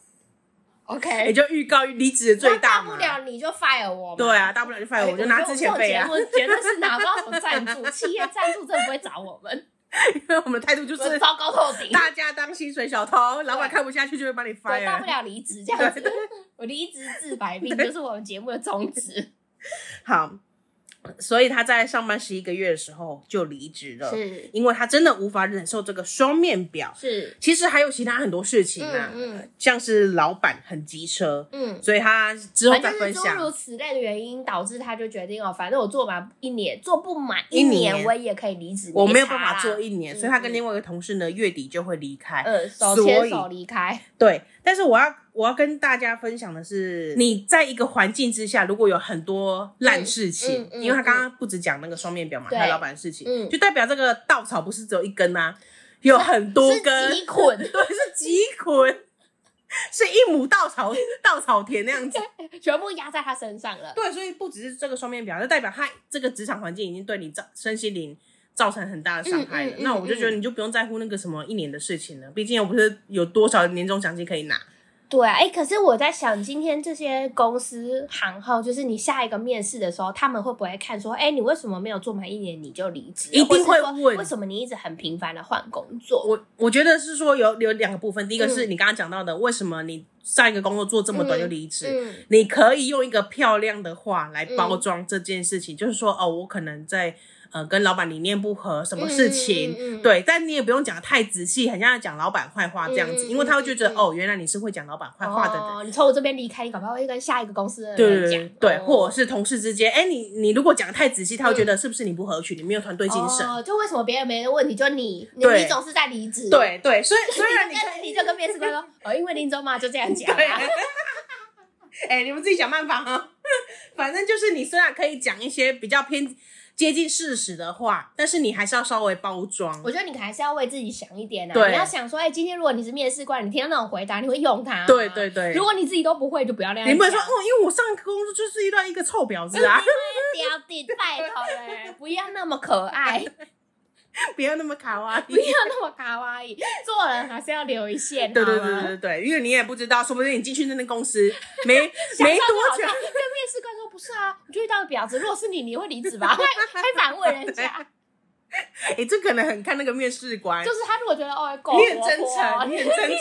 OK， 你就预告离职的最大嘛， 大不了你就 fire 我嘛。 对啊，大不了就 fire 我，我就拿之前费啊。 我绝对是拿不到什么赞助，企业赞助真的不会找我们， 因为我们的态度就是糟糕透顶， 大家当薪水小偷，老板看不下去就会把你 fire。 大不了离职这样子，我离职治百病就是我们节目的宗旨。 好。所以他在上班十一个月的时候就离职了， 是因为他真的无法忍受这个双面表。 是， 其实还有其他很多事情啊，嗯嗯、像是老板很机车，嗯，所以他之后再分享， 诸如此类的原因导致他就决定哦，反正我做满一年，做不满一年，一年我也可以离职， 我没有办法做一年，嗯、所以他跟另外一个同事呢，月底就会离开， 嗯，手牵手离开。 对，但是我要我要跟大家分享的是，你在一个环境之下，如果有很多烂事情，嗯嗯嗯、因为他刚刚不只讲那个双面表嘛，他老板的事情、嗯，就代表这个稻草不是只有一根啊，有很多根， 是几捆， 对，是几捆，是一亩稻草稻草田那样子， 全部压在他身上了。 对，所以不只是这个双面表，就代表他这个职场环境已经对你身心灵造成很大的伤害了、嗯嗯嗯。那我就觉得你就不用在乎那个什么一年的事情了，毕竟又不是有多少年终奖金可以拿。 对啊，哎，可是我在想，今天这些公司行号，就是你下一个面试的时候，他们会不会看说，哎，你为什么没有做满一年你就离职？ 一定会问， 为什么你一直很频繁的换工作？ 我我觉得是说有有两个部分，第一个是你刚刚讲到的，嗯、为什么你上一个工作做这么短就离职、嗯嗯？你可以用一个漂亮的话来包装这件事情，嗯、就是说，哦，我可能在。呃，跟老板理念不合，什么事情、嗯嗯嗯？对，但你也不用讲得太仔细，很像讲老板坏话这样子、嗯，因为他会觉得、嗯、哦，原来你是会讲老板坏话的人。 哦，你从我这边离开，你搞不好会跟下一个公司的人讲， 对， 哦、 或者是同事之间，哎，你你如果讲得太仔细，他会觉得是不是你不合群，你没有团队精神？ 哦，就为什么别人没的问题，就你，你你总是在离职。 对对，所以虽然你你就跟面试官说，哦，因为林总嘛就这样讲啊。 哎，你们自己想办法啊。反正就是你虽然可以讲一些比较偏。接近事实的话，但是你还是要稍微包装。 我觉得你还是要为自己想一点啊！你要想说，哎、欸，今天如果你是面试官，你听到那种回答，你会用它吗？ 对对对。 如果你自己都不会，就不要那样讲。 你不能说哦，因为我上个工作就是遇到一个臭婊子啊！ 屌弟，拜托嘞，不要那么可爱。 不要那么卡哇伊， 不要那么卡哇伊，做人还是要留一线， 对对对对对，因为你也不知道，说不定你进去那间公司没没多久，跟面试官说不是啊，你就遇到婊子，如果是你，你会离职吧？还还反问人家， 哎、欸，这可能很看那个面试官， 就是他如果觉得哦，够你很真诚，你很真诚。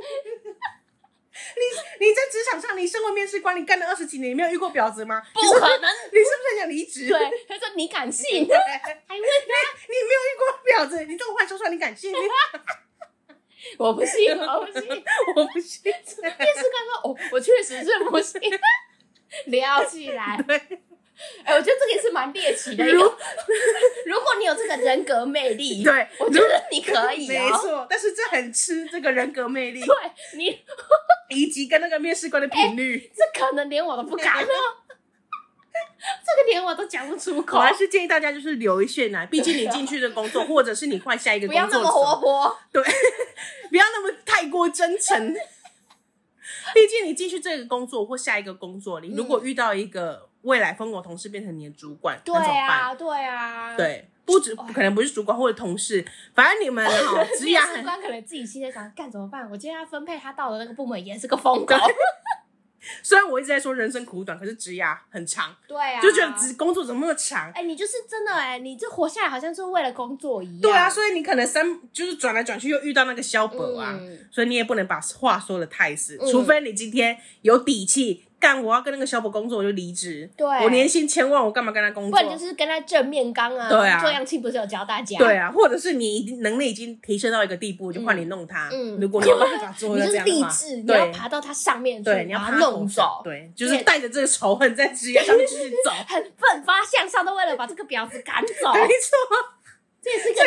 你你在职场上，你身为面试官，你干了二十几年，你没有遇过婊子吗？ 不可能， 你是不是很想离职？ 对，他说你敢信？还问他， 你没有遇过婊子，你这种话说出来，你敢信？ 我不信，我不信， 我不信。面试官说，哦，我确实是不信，聊起来。对。哎、欸，我觉得这个也是蛮猎奇的一个。如果你有这个人格魅力， 对， 我觉得你可以、哦。 没错，但是这很吃这个人格魅力。 对你， 以及跟那个面试官的频率、 欸，这可能连我都不敢了。这个连我都讲不出口。 我还是建议大家就是留一线啊，毕竟你进去的工作，或者是你换下一个工作， 不要那么活泼， 对，不要那么太过真诚。毕竟你进去这个工作或下一个工作，你如果遇到一个未来疯狗同事变成你的主管， 对啊，对啊， 对，不止可能不是主管或者同事，反正你们好职涯很， 面试官可能自己心里想干怎么办？我今天要分配他到的那个部门也是个疯狗。 虽然我一直在说人生苦短，可是职涯很长， 对啊， 就觉得职工作怎么那么长？ 哎、欸，你就是真的哎、欸，你这活下来好像是为了工作一样。 对啊，所以你可能三就是转来转去又遇到那个萧伯啊、嗯，所以你也不能把话说得太死、嗯，除非你今天有底气。干，我要跟那个小宝工作，我就离职。对，我年薪千万，我干嘛跟他工作？ 不然就是跟他正面刚啊。对啊，做样庆不是有教大家？ 对啊，或者是你已经能力已经提升到一个地步，就换你弄他。嗯，如果你有办法做到这样的话， 你就是励志，你要爬到他上面去， 对，你要把他弄走。 对，就是带着这个仇恨在职业上面继续走， 很奋发向上，都为了把这个婊子赶走。 没错。 这也是一个例外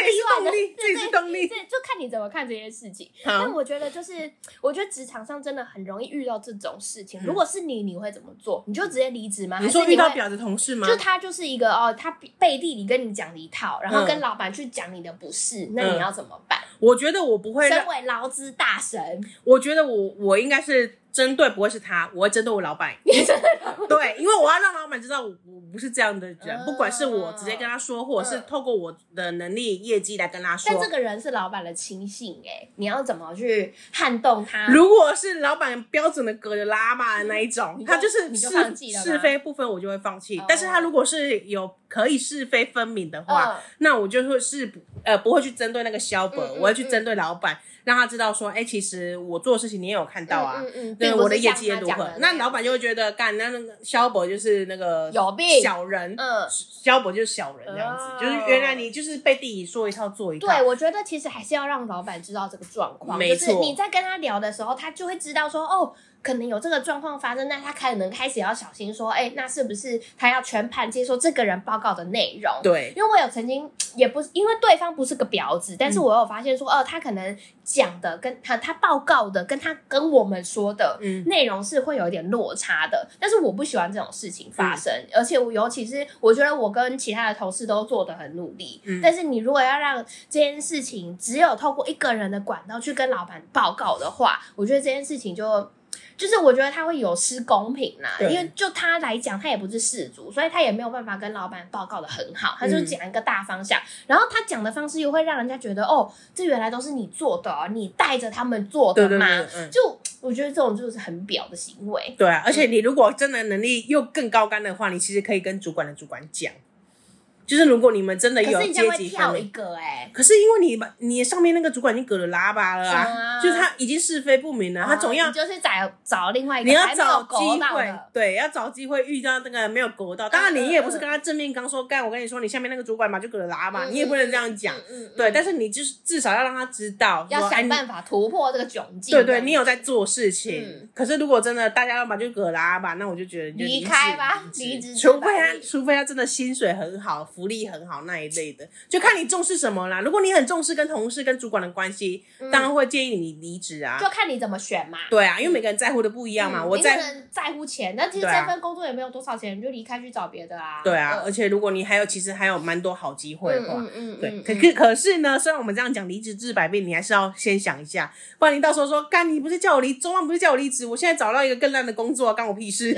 动力，自己是动力， 对，就看你怎么看这件事情。但我觉得就是，我觉得职场上真的很容易遇到这种事情。嗯、如果是你，你会怎么做？你就直接离职吗？ 你说遇到婊子同事吗？ 就他就是一个哦，他背地里跟你讲一套，然后跟老板去讲你的不是，嗯、那你要怎么办？ 我觉得我不会。 身为劳资大神， 我觉得我我应该是。针对不会是他，我会针对我老板。对，因为我要让老板知道我我不是这样的人，嗯、不管是我直接跟他说，或者是透过我的能力、业绩来跟他说。 但这个人是老板的亲信哎，你要怎么去撼动他？ 如果是老板标准的格的拉吧的那一种，就他就是你就是是非部分我就会放弃。哦、但是他如果是有可以是非分明的话，嗯、那我就会是呃不会去针对那个小本，嗯嗯、我会去针对老板。让他知道说，哎、欸，其实我做的事情你也有看到啊，嗯嗯嗯对，我的业绩也如何？那老板就会觉得，干那那个萧伯就是那个有病小人，嗯，萧伯就是小人这样子，哦、就是原来你就是被地里说一套做一套。 对，我觉得其实还是要让老板知道这个状况，没错，就是你在跟他聊的时候，他就会知道说，哦。可能有这个状况发生，那他可能开始要小心说，哎、欸，那是不是他要全盘接受这个人报告的内容？对，因为我有曾经也不是因为对方不是个婊子，但是我有发现说，哦、呃，他可能讲的跟他他报告的跟他跟我们说的内容是会有一点落差的，但是我不喜欢这种事情发生，嗯、而且我尤其是我觉得我跟其他的同事都做得很努力，嗯、但是你如果要让这件事情只有透过一个人的管道去跟老板报告的话，我觉得这件事情就。就是我觉得他会有失公平啦，因为就他来讲，他也不是事主，所以他也没有办法跟老板报告的很好，他就讲一个大方向，嗯、然后他讲的方式又会让人家觉得，哦，这原来都是你做的哦，你带着他们做的吗？对对对嗯、就我觉得这种就是很婊的行为。 对啊，而且你如果真的能力又更高干的话，你其实可以跟主管的主管讲。就是如果你们真的有阶级分明，可是你这样会跳一个哎、欸，可是因为你你上面那个主管已经隔了喇叭了啊，啊就是他已经是非不明了，啊、他总要你就是找找另外一个， 你要找机会，对，要找机会遇到那个没有勾到。当然你也不是跟他正面刚说，干、嗯、我跟你说，你下面那个主管嘛就隔了喇叭，嗯、你也不能这样讲，嗯嗯、对。但是你就是至少要让他知道， 要想办法突破这个窘境。 对对，你有在做事情。嗯、可是如果真的大家要把就隔了喇叭，那我就觉得你就离开吧，离职。 除非他，除非他真的薪水很好，福利很好那。那一类的，就看你重视什么啦。如果你很重视跟同事、跟主管的关系，嗯、当然会建议你离职啊。 就看你怎么选嘛。 对啊，因为每个人在乎的不一样嘛。嗯、我在你可能在乎钱，但其实这份工作也没有多少钱，你就离开去找别的啊。 对啊，嗯、而且如果你还有，其实还有蛮多好机会的话，嗯嗯嗯对。嗯、可可可是呢，虽然我们这样讲离职治百病，你还是要先想一下，不然你到时候说，干你不是叫我离，中央不是叫我离职，我现在找到一个更烂的工作，干我屁事。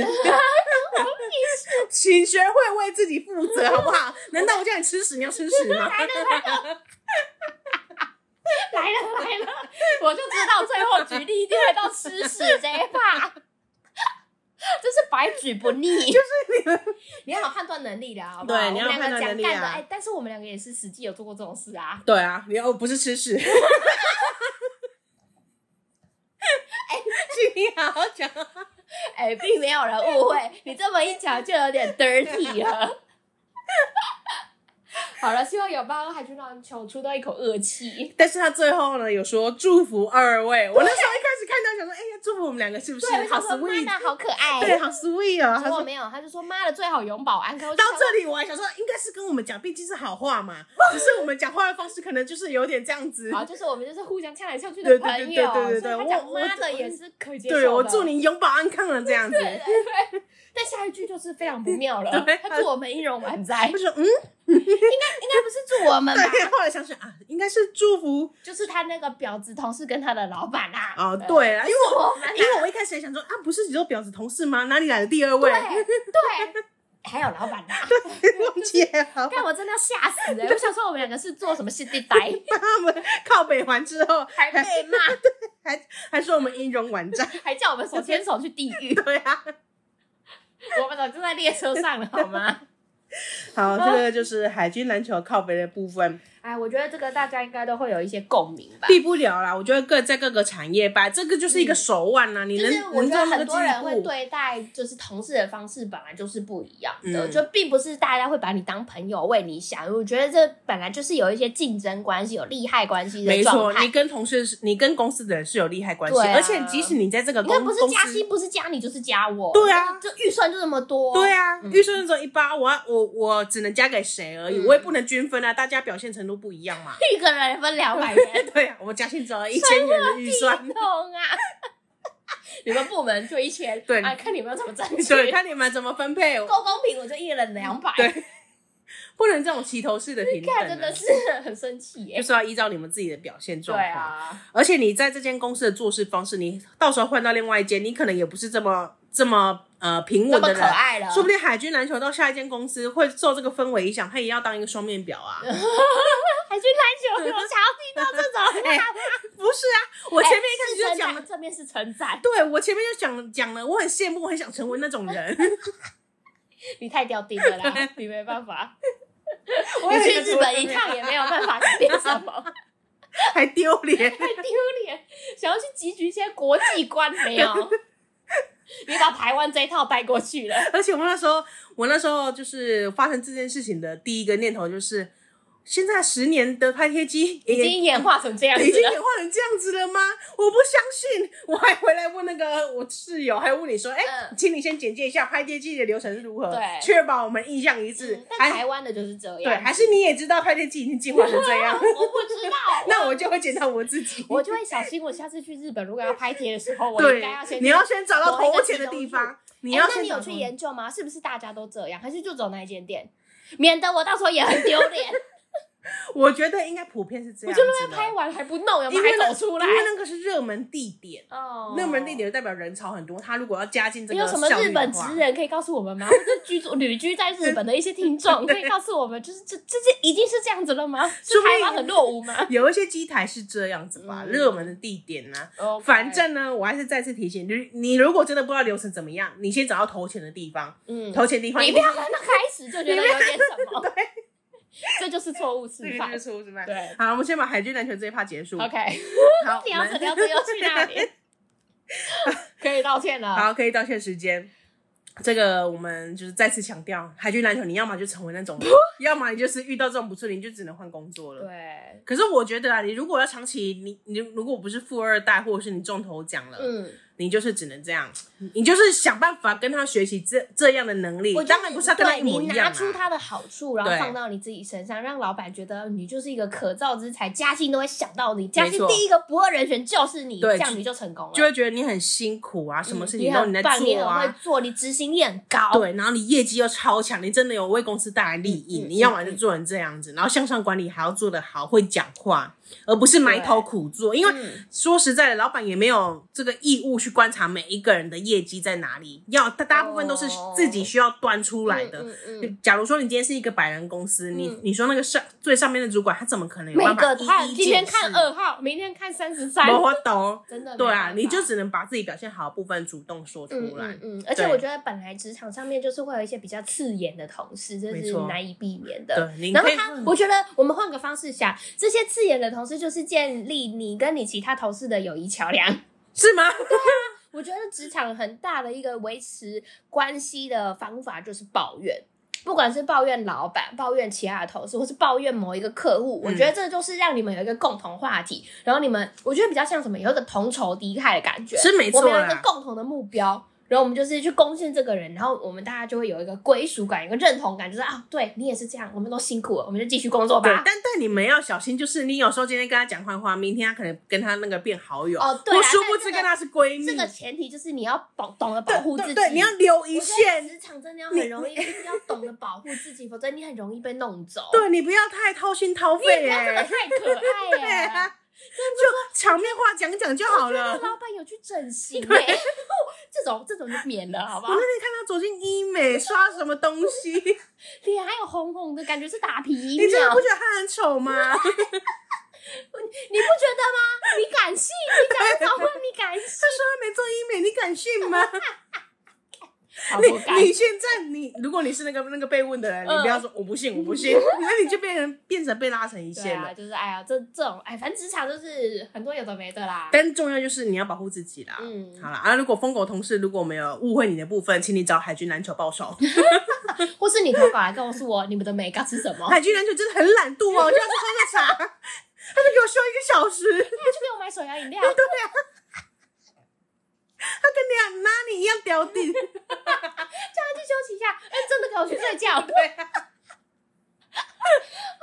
请学会为自己负责，好不好？难道我叫你吃屎，你要吃屎吗？ 来了来了，来了来了，我就知道最后举例一定会到吃屎这一趴，这是百举不腻。 就是你们， 你要有判断能力的，好不好？ 对，你要有判断能力啊！ 哎，但是我们两个也是实际有做过这种事啊。 对啊，你又不是吃屎。哎，请你好好讲。 哎、欸，并没有人误会，你这么一讲就有点 dirty 了。好了，希望有帮海军让求出到一口恶气。 但是他最后呢，有说祝福二位。我那时候一开始看到想说，哎、欸、呀，祝福我们两个是不是？ 对， 好 sweet， 好可爱。 对，好 sweet 哦。 结果没有，他就说妈的最好永保安康。 到这里我还想说，应该是跟我们讲，毕竟是好话嘛。只是我们讲话的方式可能就是有点这样子。 好，就是我们就是互相呛来呛去的朋友。对对对对对对，我讲妈的也是可以接受的。 对，我祝你永保安康了这样子。 对对对。但下一句就是非常不妙了，他祝我们音容宛在。 我说嗯， 应该应该不是祝我们吧？ 对，后来想想啊，应该是祝福， 就是他那个婊子同事跟他的老板啦。 哦，对啊，因为我因为我一开始也想说啊，不是只有婊子同事吗？哪里来的第二位？ 对对，还有老板啦。 对，忘记了。 看我真的要吓死了！我想说我们两个是做什么心地呆？ 他们靠北完之后还被骂， 对，还还说我们音容宛在， 还叫我们手牵手去地狱。 对啊。 我们早就在列车上了，好吗？ 好，这个就是海军篮球靠北的部分。 哎，我觉得这个大家应该都会有一些共鸣吧。 避不了啦，我觉得各在各个产业吧，这个就是一个手腕啦、啊嗯。你能， 就是我觉得很多人会对待就是同事的方式本来就是不一样的，嗯、就并不是大家会把你当朋友为你想。我觉得这本来就是有一些竞争关系、有利害关系的状态。没错， 你跟同事、你跟公司的人是有利害关系，啊、而且即使你在这个公司， 你看不是加薪，不是加你就是加我。 对啊， 就预算就这么多。 对啊，预、嗯、算就只有一八，我我我只能加给谁而已，嗯、我也不能均分啊，大家表现程度度不一样嘛。 一个人分两百元， 对啊，我们加薪只要一千元的预算。 痛啊！你们部门就一千， 对， 啊，看你们要怎么争取， 对，看你们怎么分配， 够公平，我就一人两百。 对，不能这种齐头式的平等、啊， 真的是很生气耶。 就是要依照你们自己的表现状况。 对啊， 而且你在这间公司的做事方式，你到时候换到另外一间，你可能也不是这么这么呃平稳的人， 这么可爱了， 说不定海军篮球到下一间公司会受这个氛围影响，他也要当一个双面表啊。 海军篮球有常听到这种话、欸、 不是啊，我前面一开始就讲了、 欸，正面是称赞。 对，我前面就讲讲了，我很羡慕，我很想成为那种人。 你太刁定了啦，你没办法。你去日本一趟也没有办法改变什么， 还丢脸， 还丢脸，想要去汲取一些国际观没有？你把台湾这一套带过去了。 而且我那时候，我那时候就是发生这件事情的第一个念头就是。现在十年的拍贴机已经演化成这样子了， 已经演化成这样子了吗？我不相信，我还回来问那个我室友，还问你说，哎、欸嗯，请你先简介一下拍贴机的流程是如何，对，确保我们印象一致。 嗯、但台湾的就是这样， 对，还是你也知道拍贴机已经进化成这样？ 我不知道， 那我就会检讨我自己， 我就会小心，我下次去日本如果要拍贴的时候，我应该要先， 你要先找到投钱的地方。你要先、 欸、那你有去研究吗？是不是大家都这样，还是就走那一间店，免得我到时候也很丢脸。 我觉得应该普遍是这样子的， 我就那拍完还不弄，有没有还走出来？ 因为那个是热门地点哦， 热门地点就代表人潮很多。他如果要加进这个， 有什么日本职人可以告诉我们吗？或者居住旅居在日本的一些听众可以告诉我们，就是这这这已经是这样子了吗？是台湾很落伍吗？ 有一些机台是这样子吧，热、嗯、门的地点呢、啊 okay 反正呢，我还是再次提醒你，你如果真的不知道流程怎么样，你先找到投钱的地方，嗯，投钱地方， 你不要在那开始就觉得有点什么， 对。 这就是错误示范， 这就是错误示范。 对， 好，我们先把海军篮球这一趴结束。 OK， 好， 聊着聊着又去那里，可以道歉了。 好，可以道歉时间。这个我们就是再次强调，海军篮球，你要么就成为那种，要么你就是遇到这种不顺利，你就只能换工作了。 对。可是我觉得啊，你如果要长期，你你如果不是富二代，或者是你中头奖了，嗯。你就是只能这样，你就是想办法跟他学习这这样的能力。当然不是要跟他一模一样、啊、 你拿出他的好处，然后放到你自己身上，让老板觉得你就是一个可造之才，加薪都会想到你，加薪第一个不二人选就是你，这样你就成功了。 就会觉得你很辛苦啊，什么事情都你在做啊， 嗯、你很会做，你执行力很高， 对，然后你业绩又超强，你真的有为公司带来利益。嗯、你要么就做成这样子，然后向上管理还要做得好，会讲话。而不是埋头苦做，因为说实在的，老板也没有这个义务去观察每一个人的业绩在哪里，要他大部分都是自己需要端出来的。哦嗯嗯、假如说你今天是一个百人公司，嗯、你你说那个上最上面的主管，他怎么可能有办法一一见识？ 今天看二号，明天看三十三， 我懂， 真的对啊，你就只能把自己表现好的部分主动说出来。 嗯嗯嗯、而且我觉得本来职场上面就是会有一些比较刺眼的同事，这是难以避免的。 对， 然后他，我觉得我们换个方式想，这些刺眼的同事就是建立你跟你其他同事的友谊桥梁， 是吗？ 对啊，我觉得职场很大的一个维持关系的方法就是抱怨，不管是抱怨老板、抱怨其他的同事，或是抱怨某一个客户，嗯、我觉得这就是让你们有一个共同话题，然后你们我觉得比较像什么，有一个同仇敌忾的感觉， 是没错啦， 我们有一个共同的目标。然后我们就是去贡献这个人，然后我们大家就会有一个归属感，有一个认同感，就是啊，对你也是这样，我们都辛苦了，我们就继续工作吧。 对，但但你们要小心，就是你有时候今天跟他讲坏话，明天他可能跟他那个变好友， 哦，对、啊， 我殊不知跟他是闺蜜。 这个前提就是你要保懂得保护自己， 对，对对你要留一线。 职场真的要很容易，就是要懂得保护自己，否则你很容易被弄走。 对，你不要太掏心掏肺、欸， 你不要真的太可爱耶、欸。 对啊，就场面话讲讲就好了。 我觉得老板有去整形哎、欸，这种这种就免了，好不好？ 我那天看他走进医美，刷什么东西， 脸还有红红的，感觉是打皮。你真的不觉得他很丑吗？ 你不觉得吗？你敢信？你讲早问你敢信？ 他说他没做医美，你敢信吗？ 你你现在你如果你是那个那个被问的人，嗯、你不要说我不信我不信，那你就变成变成被拉成一线了。 对啊，就是哎呀，这这种哎，反正职场就是很多有的没的啦。 但重要就是你要保护自己啦。嗯，好啦，啊，如果疯狗同事如果没有误会你的部分，请你找海军篮球报仇， 或是你投稿来告诉我你们的美感是什么。 海军篮球真的很懒惰哦，我就要去喝个茶，他就给我休一个小时，他就给我买手摇饮料。 对啊。他跟你拿你一样屌顶，叫他去休息一下，哎、欸，真的给我去睡觉。 对、啊，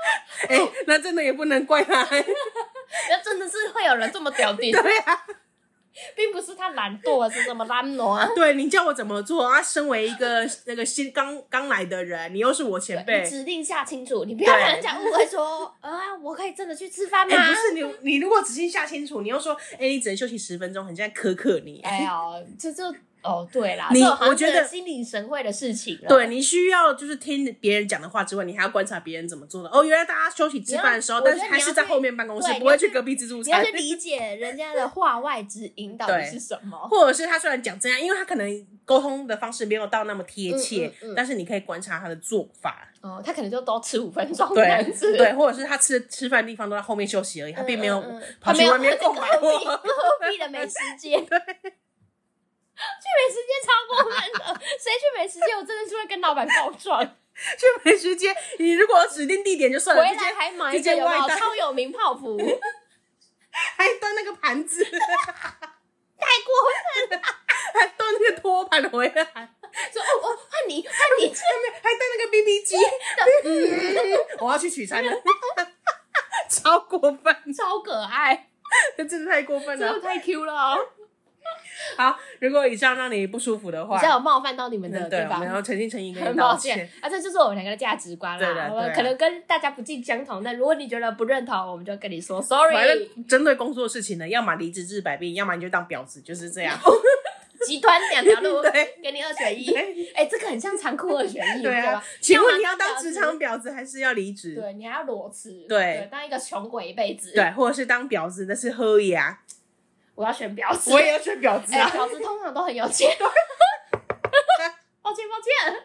哎、欸，那真的也不能怪他、欸。 那真的是会有人这么屌定？ 对啊。 并不是他懒惰，是什么懒惰啊？ 对，你叫我怎么做啊？身为一个那个新刚刚来的人，你又是我前辈， 你指令下清楚，你不要让人家误会说啊，我可以真的去吃饭吗？ 哎、欸，不是你，你如果指令下清楚，你又说，哎、欸，你只能休息十分钟，很像苛刻你。 哎呦，这就。哦，对啦， 你我觉得心领神会的事情了。 对，你需要就是听别人讲的话之外，你还要观察别人怎么做的。哦，原来大家休息吃饭的时候，但是还是在后面办公室，不会去隔壁自助餐。 你要去理解人家的话外之音到底是什么， 或者是他虽然讲这样，因为他可能沟通的方式没有到那么贴切， 嗯嗯嗯、 但是你可以观察他的做法。 哦，他可能就都吃五分钟这样子， 对，或者是他吃吃饭的地方都在后面休息而已，他并没有跑去外面购买货， 何必的没时间。对。去美食街超过分的，谁去美食街？我真的是会跟老板告状。 去美食街，你如果指定地点就算了， 回来还买一个有没有超有名泡芙， 还端那个盘子， 太过分了， 还端那个托盘回来， 说哦哦换你换你， 还带那个 B B 机，嗯，我要去取餐了，超过分， 超可爱， 真的太过分了， 真的太 Q 了哦。 好，如果以上让你不舒服的话， 只要有冒犯到你们的对地方， 我们要诚心诚意跟你道歉啊！这就是我们两个的价值观啦， 对的对可能跟大家不尽相同。但如果你觉得不认同，我们就跟你说 sorry。 反正针对工作的事情呢，要么离职治百病，要么你就当婊子，就是这样。 极端两条路， 对， 给你二选一。哎、欸，这个很像残酷二选一， 对啊。 吧？ 请问你要当职场婊子，还是要离职？ 对，你还要裸辞， 对， 对，当一个穷鬼一辈子， 对，或者是当婊子，那是喝呀。 我要选婊子， 我也要选婊子啊！ 婊、欸、子通常都很有钱。抱歉，抱歉。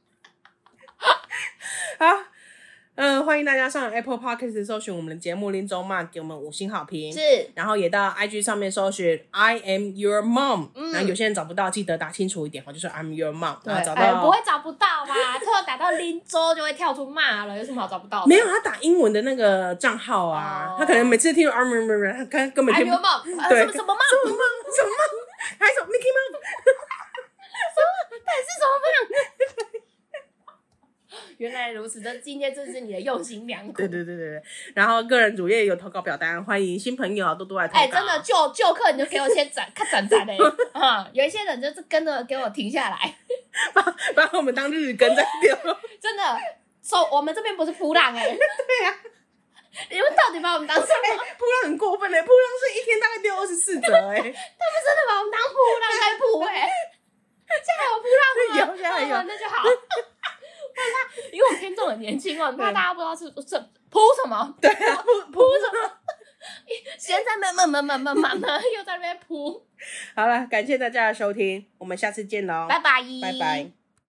好，嗯、呃，欢迎大家上 Apple Podcast 搜寻我们的节目《林州骂》，给我们五星好评。 是， 然后也到 I G 上面搜寻 I am your mom。嗯，然后有些人找不到，记得打清楚一点，就是 I'm your mom。然后找到、 哎，不会找不到吧？最后打到林州就会跳出骂了，有什么好找不到的？ 没有，他打英文的那个账号啊，哦、他可能每次听 I'm your mom， 他根本听不 I'm your mom， 对， 什么什么 mom， 什么 mom， 什么 mom， 还有 Mickey mom， 什么？到底是什么 mom？原来如此，这今天这是你的用心良苦。 对对对对，然后个人主页有投稿表单，欢迎新朋友多多来投稿。 哎、欸，真的旧旧客你就给我先转，看转转嘞。啊，有一些人就是跟着给我停下来， 把把我们当日更在丢。真的，收、so, 我们这边不是扑浪哎、欸。 对呀、啊， 你们到底把我们当什么？ 扑浪很过分嘞、欸，扑浪是一天大概丢二十四折哎、欸。他们真的把我们当扑浪在扑哎、欸。现在有扑浪吗？ 有，现在有、哦， 那就好。因为我听众很年轻哦，怕大家不知道是是扑什么？ 对啊，扑扑什么？现在慢慢慢慢慢慢慢又在那边扑。 好了，感谢大家的收听，我们下次见喽， 拜拜， 拜拜。